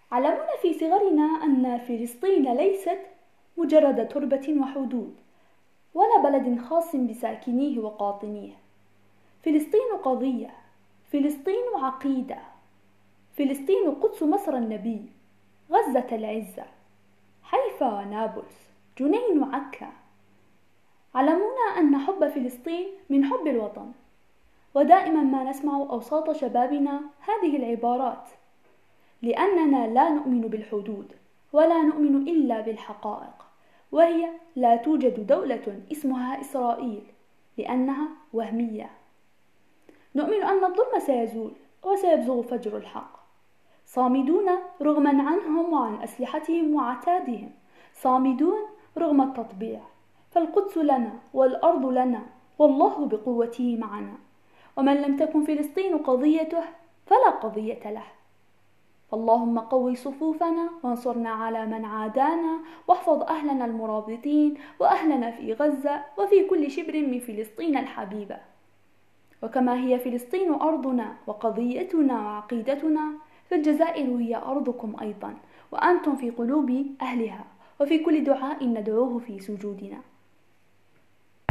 علمونا في صغرنا أن فلسطين ليست مجرد تربة وحدود، ولا بلد خاص بساكنيه وقاطنيه. فلسطين قضية، فلسطين عقيدة، فلسطين قدس مصر النبي، غزة العزة، حيفا نابلس، جنين عكا. علمونا أن حب فلسطين من حب الوطن، ودائما ما نسمع أوساط شبابنا هذه العبارات: لأننا لا نؤمن بالحدود، ولا نؤمن إلا بالحقائق، وهي لا توجد دولة اسمها إسرائيل لأنها وهمية. نؤمن أن الظلم سيزول وسيبزغ فجر الحق. صامدون رغما عنهم وعن أسلحتهم وعتادهم، صامدون رغم التطبيع. فالقدس لنا والأرض لنا، والله بقوته معنا، ومن لم تكن فلسطين قضيته فلا قضية له. اللهم قوي صفوفنا وانصرنا على من عادانا، واحفظ أهلنا المرابطين وأهلنا في غزة وفي كل شبر من فلسطين الحبيبة. وكما هي فلسطين أرضنا وقضيتنا وعقيدتنا، فالجزائر هي أرضكم أيضا، وأنتم في قلوب أهلها وفي كل دعاء ندعوه في سجودنا.